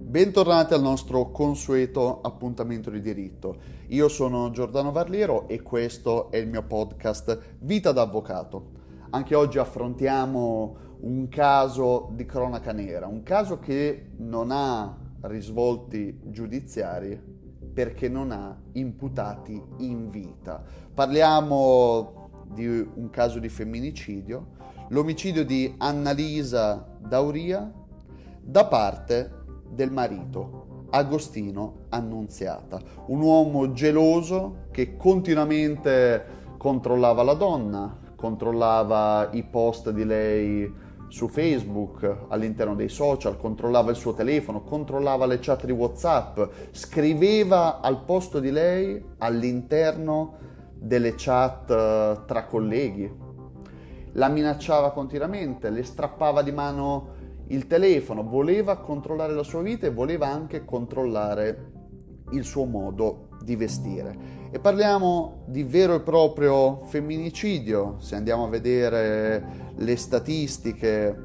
Bentornati al nostro consueto appuntamento di diritto. Io sono Giordano Varliero e questo è il mio podcast Vita d'Avvocato. Anche oggi affrontiamo un caso di cronaca nera, un caso che non ha risvolti giudiziari perché non ha imputati in vita. Parliamo di un caso di femminicidio, l'omicidio di Annalisa D'Auria da parte del marito, Agostino Annunziata, un uomo geloso che continuamente controllava la donna, controllava i post di lei su Facebook, all'interno dei social, controllava il suo telefono, controllava le chat di WhatsApp, scriveva al posto di lei all'interno delle chat tra colleghi, la minacciava continuamente, le strappava di mano il telefono, voleva controllare la sua vita e voleva anche controllare il suo modo di vestire. E parliamo di vero e proprio femminicidio. Se andiamo a vedere le statistiche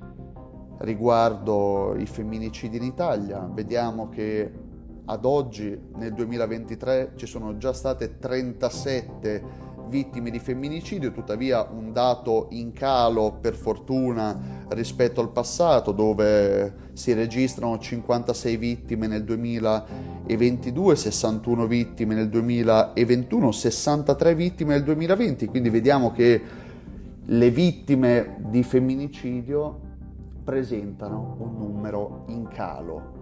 riguardo i femminicidi in Italia, vediamo che ad oggi, nel 2023, ci sono già state 37 vittime di femminicidio, tuttavia un dato in calo per fortuna rispetto al passato, dove si registrano 56 vittime nel 2022, 61 vittime nel 2021, 63 vittime nel 2020, quindi vediamo che le vittime di femminicidio presentano un numero in calo,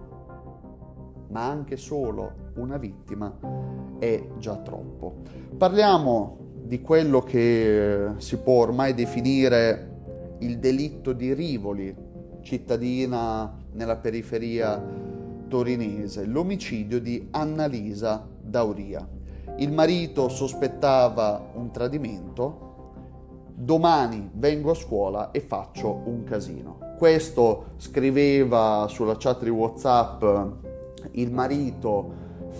ma anche solo una vittima è già troppo. Parliamo di quello che si può ormai definire il delitto di Rivoli, cittadina nella periferia torinese, l'omicidio di Annalisa D'Auria. Il marito sospettava un tradimento: domani vengo a scuola e faccio un casino. Questo scriveva sulla chat di WhatsApp il marito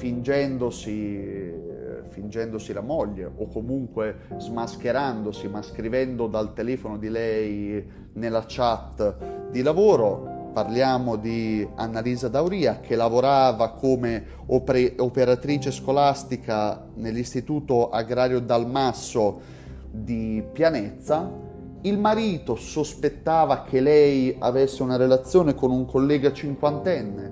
fingendosi la moglie, o comunque smascherandosi, ma scrivendo dal telefono di lei nella chat di lavoro. Parliamo di Annalisa D'Auria, che lavorava come operatrice scolastica nell'Istituto Agrario Dalmasso di Pianezza. Il marito sospettava che lei avesse una relazione con un collega cinquantenne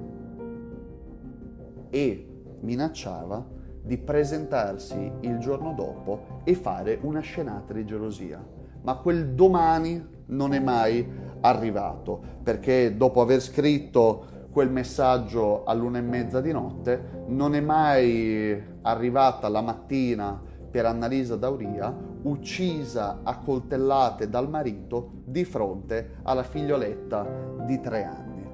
e minacciava di presentarsi il giorno dopo e fare una scenata di gelosia. Ma quel domani non è mai arrivato, perché dopo aver scritto quel messaggio all'1:30 di notte non è mai arrivata la mattina per Annalisa D'Auria, uccisa a coltellate dal marito di fronte alla figlioletta di 3 anni.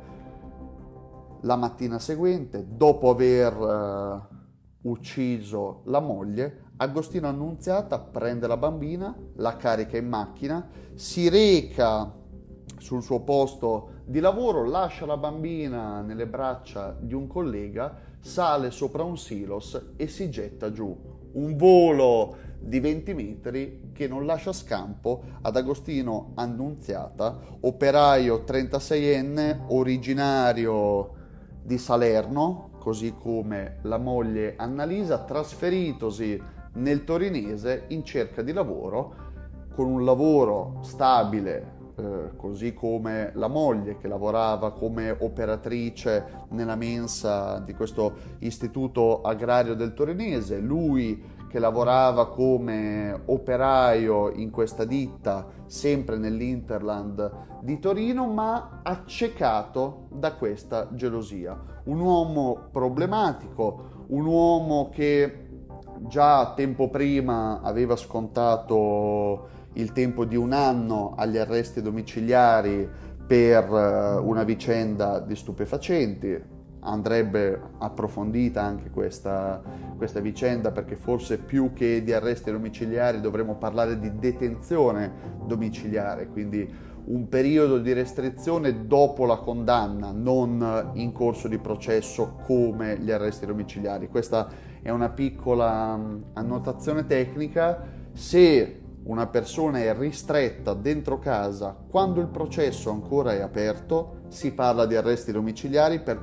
La mattina seguente, dopo aver ucciso la moglie, Agostino Annunziata prende la bambina, la carica in macchina, si reca sul suo posto di lavoro, lascia la bambina nelle braccia di un collega, sale sopra un silos e si getta giù. Un volo di 20 metri che non lascia scampo ad Agostino Annunziata, operaio 36enne, originario di Salerno, così come la moglie Annalisa, trasferitosi nel torinese in cerca di lavoro, con un lavoro stabile, così come la moglie che lavorava come operatrice nella mensa di questo istituto agrario del torinese, lui che lavorava come operaio in questa ditta sempre nell'Interland di Torino, ma accecato da questa gelosia. Un uomo problematico, un uomo che già tempo prima aveva scontato il tempo di 1 anno agli arresti domiciliari per una vicenda di stupefacenti. Andrebbe approfondita anche questa vicenda, perché forse più che di arresti domiciliari dovremmo parlare di detenzione domiciliare, quindi un periodo di restrizione dopo la condanna, non in corso di processo come gli arresti domiciliari. Questa è una piccola annotazione tecnica. Se una persona è ristretta dentro casa quando il processo ancora è aperto, si parla di arresti domiciliari, perché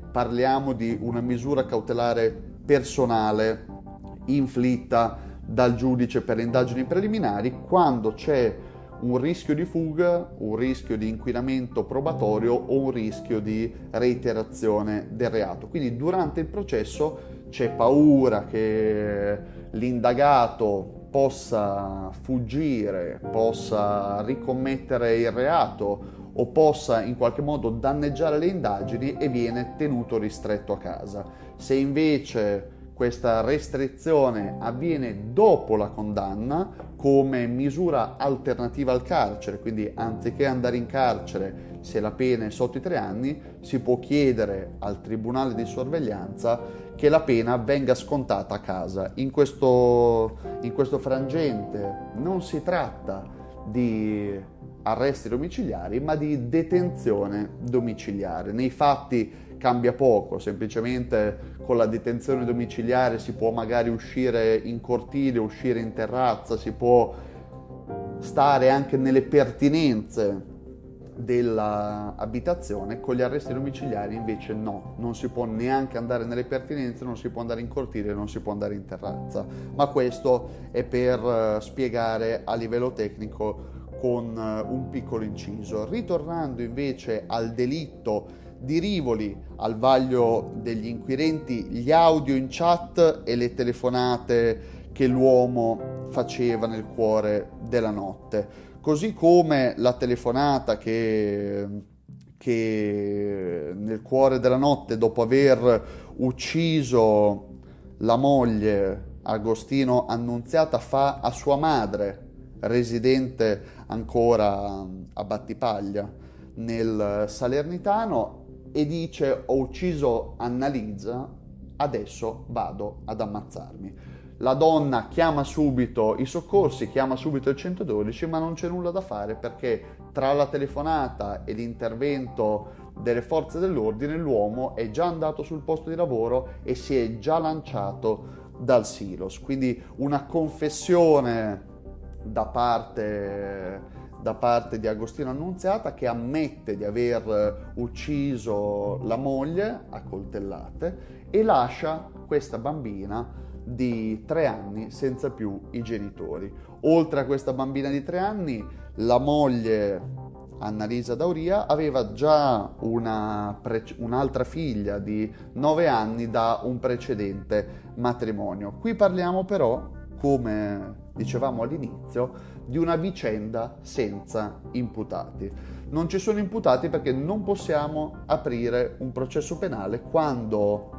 parliamo di una misura cautelare personale inflitta dal giudice per le indagini preliminari quando c'è un rischio di fuga, un rischio di inquinamento probatorio o un rischio di reiterazione del reato. Quindi durante il processo c'è paura che l'indagato possa fuggire, possa ricommettere il reato o possa in qualche modo danneggiare le indagini e viene tenuto ristretto a casa. Se invece questa restrizione avviene dopo la condanna come misura alternativa al carcere, quindi anziché andare in carcere se la pena è sotto i 3 anni, si può chiedere al tribunale di sorveglianza che la pena venga scontata a casa. In questo frangente non si tratta di arresti domiciliari, ma di detenzione domiciliare. Nei fatti cambia poco, semplicemente con la detenzione domiciliare si può magari uscire in cortile, uscire in terrazza, si può stare anche nelle pertinenze dell'abitazione. Con gli arresti domiciliari invece no, non si può neanche andare nelle pertinenze, non si può andare in cortile, non si può andare in terrazza, ma questo è per spiegare a livello tecnico con un piccolo inciso. Ritornando invece al delitto di Rivoli, al vaglio degli inquirenti, gli audio in chat e le telefonate che l'uomo faceva nel cuore della notte, così come la telefonata che nel cuore della notte, dopo aver ucciso la moglie Agostino Annunziata, fa a sua madre, residente ancora a Battipaglia nel Salernitano, e dice: ho ucciso Annalisa, adesso vado ad ammazzarmi. La donna chiama subito i soccorsi, chiama subito il 112, ma non c'è nulla da fare perché tra la telefonata e l'intervento delle forze dell'ordine l'uomo è già andato sul posto di lavoro e si è già lanciato dal silos. Quindi una confessione da parte di Agostino Annunziata, che ammette di aver ucciso la moglie a coltellate e lascia questa bambina di 3 anni senza più i genitori. Oltre a questa bambina di 3 anni, la moglie Annalisa D'Auria aveva già un'altra figlia di 9 anni da un precedente matrimonio. Qui parliamo però, come dicevamo all'inizio, di una vicenda senza imputati. Non ci sono imputati perché non possiamo aprire un processo penale quando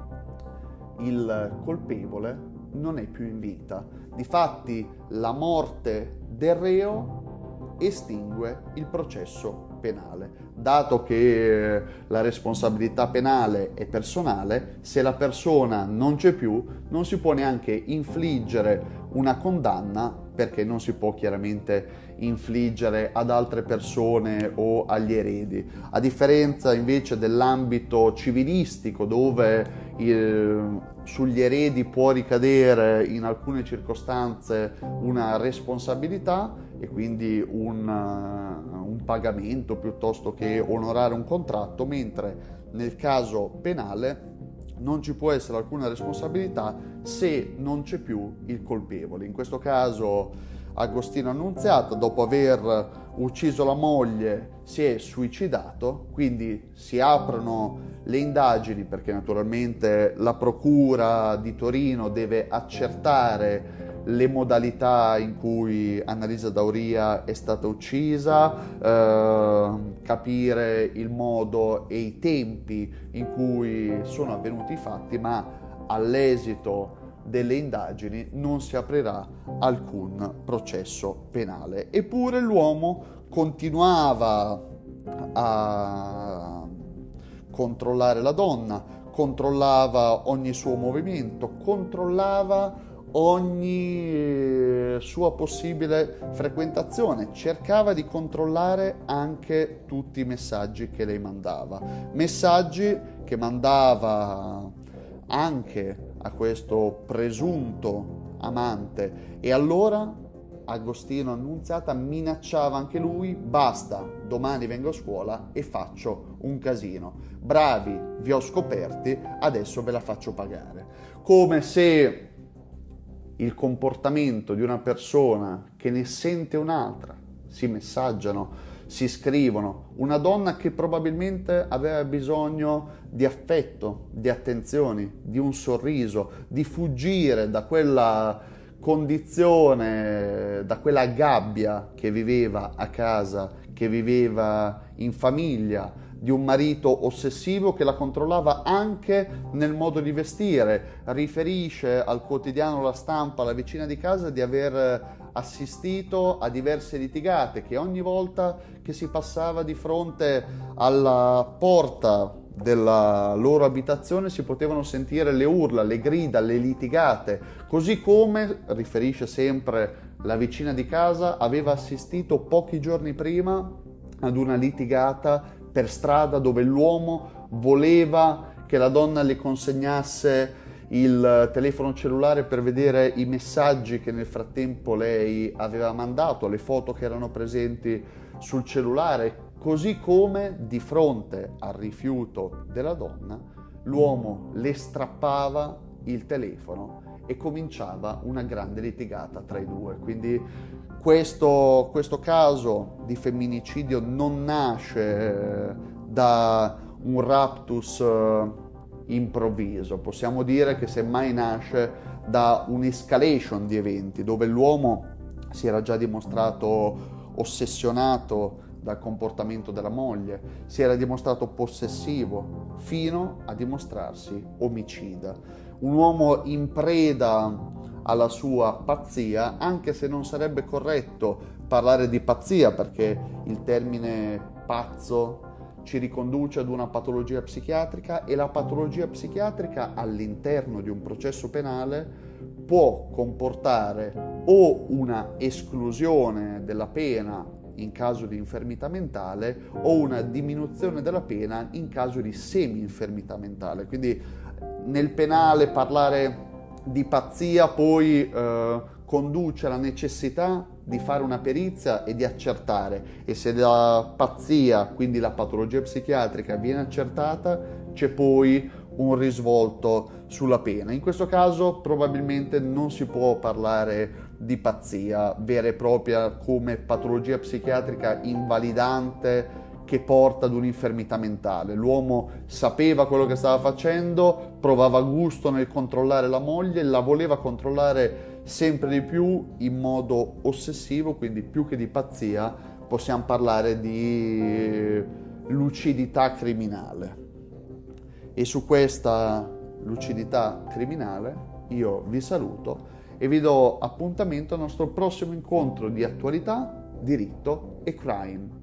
il colpevole non è più in vita. Difatti, la morte del reo estingue il processo penale. Dato che la responsabilità penale è personale, se la persona non c'è più, non si può neanche infliggere una condanna, perché non si può chiaramente infliggere ad altre persone o agli eredi. A differenza invece dell'ambito civilistico, dove sugli eredi può ricadere in alcune circostanze una responsabilità e quindi un pagamento piuttosto che onorare un contratto, mentre nel caso penale non ci può essere alcuna responsabilità se non c'è più il colpevole. In questo caso Agostino Annunziata, dopo aver ucciso la moglie, si è suicidato, quindi si aprono le indagini perché naturalmente la Procura di Torino deve accertare le modalità in cui Annalisa D'Auria è stata uccisa, capire il modo e i tempi in cui sono avvenuti i fatti, ma all'esito delle indagini non si aprirà alcun processo penale. Eppure l'uomo continuava a controllare la donna, controllava ogni suo movimento, controllava ogni sua possibile frequentazione, cercava di controllare anche tutti i messaggi che lei mandava, messaggi che mandava anche a questo presunto amante. E allora Agostino Annunziata minacciava anche lui: basta, domani vengo a scuola e faccio un casino. Bravi, vi ho scoperti, adesso ve la faccio pagare. Come se il comportamento di una persona che ne sente un'altra, si messaggiano, si scrivono, una donna che probabilmente aveva bisogno di affetto, di attenzioni, di un sorriso, di fuggire da quella condizione, da quella gabbia che viveva a casa, che viveva in famiglia, di un marito ossessivo che la controllava anche nel modo di vestire. Riferisce al quotidiano La Stampa, la vicina di casa, di aver assistito a diverse litigate, che ogni volta che si passava di fronte alla porta della loro abitazione si potevano sentire le urla, le grida, le litigate, così come, riferisce sempre la vicina di casa, aveva assistito pochi giorni prima ad una litigata per strada dove l'uomo voleva che la donna le consegnasse il telefono cellulare per vedere i messaggi che nel frattempo lei aveva mandato, le foto che erano presenti sul cellulare, così come di fronte al rifiuto della donna l'uomo le strappava il telefono e cominciava una grande litigata tra i due. Quindi questo caso di femminicidio non nasce da un raptus improvviso, possiamo dire che semmai nasce da un'escalation di eventi dove l'uomo si era già dimostrato ossessionato dal comportamento della moglie, si era dimostrato possessivo fino a dimostrarsi omicida. Un uomo in preda alla sua pazzia, anche se non sarebbe corretto parlare di pazzia perché il termine pazzo ci riconduce ad una patologia psichiatrica, e la patologia psichiatrica all'interno di un processo penale può comportare o una esclusione della pena in caso di infermità mentale o una diminuzione della pena in caso di semi-infermità mentale. Quindi nel penale parlare di pazzia poi conduce alla necessità di fare una perizia e di accertare, e se la pazzia, quindi la patologia psichiatrica, viene accertata, c'è poi un risvolto sulla pena. In questo caso probabilmente non si può parlare di pazzia vera e propria come patologia psichiatrica invalidante che porta ad un'infermità mentale. L'uomo sapeva quello che stava facendo, provava gusto nel controllare la moglie, la voleva controllare sempre di più in modo ossessivo, quindi più che di pazzia possiamo parlare di lucidità criminale. E su questa lucidità criminale io vi saluto e vi do appuntamento al nostro prossimo incontro di attualità, diritto e crime.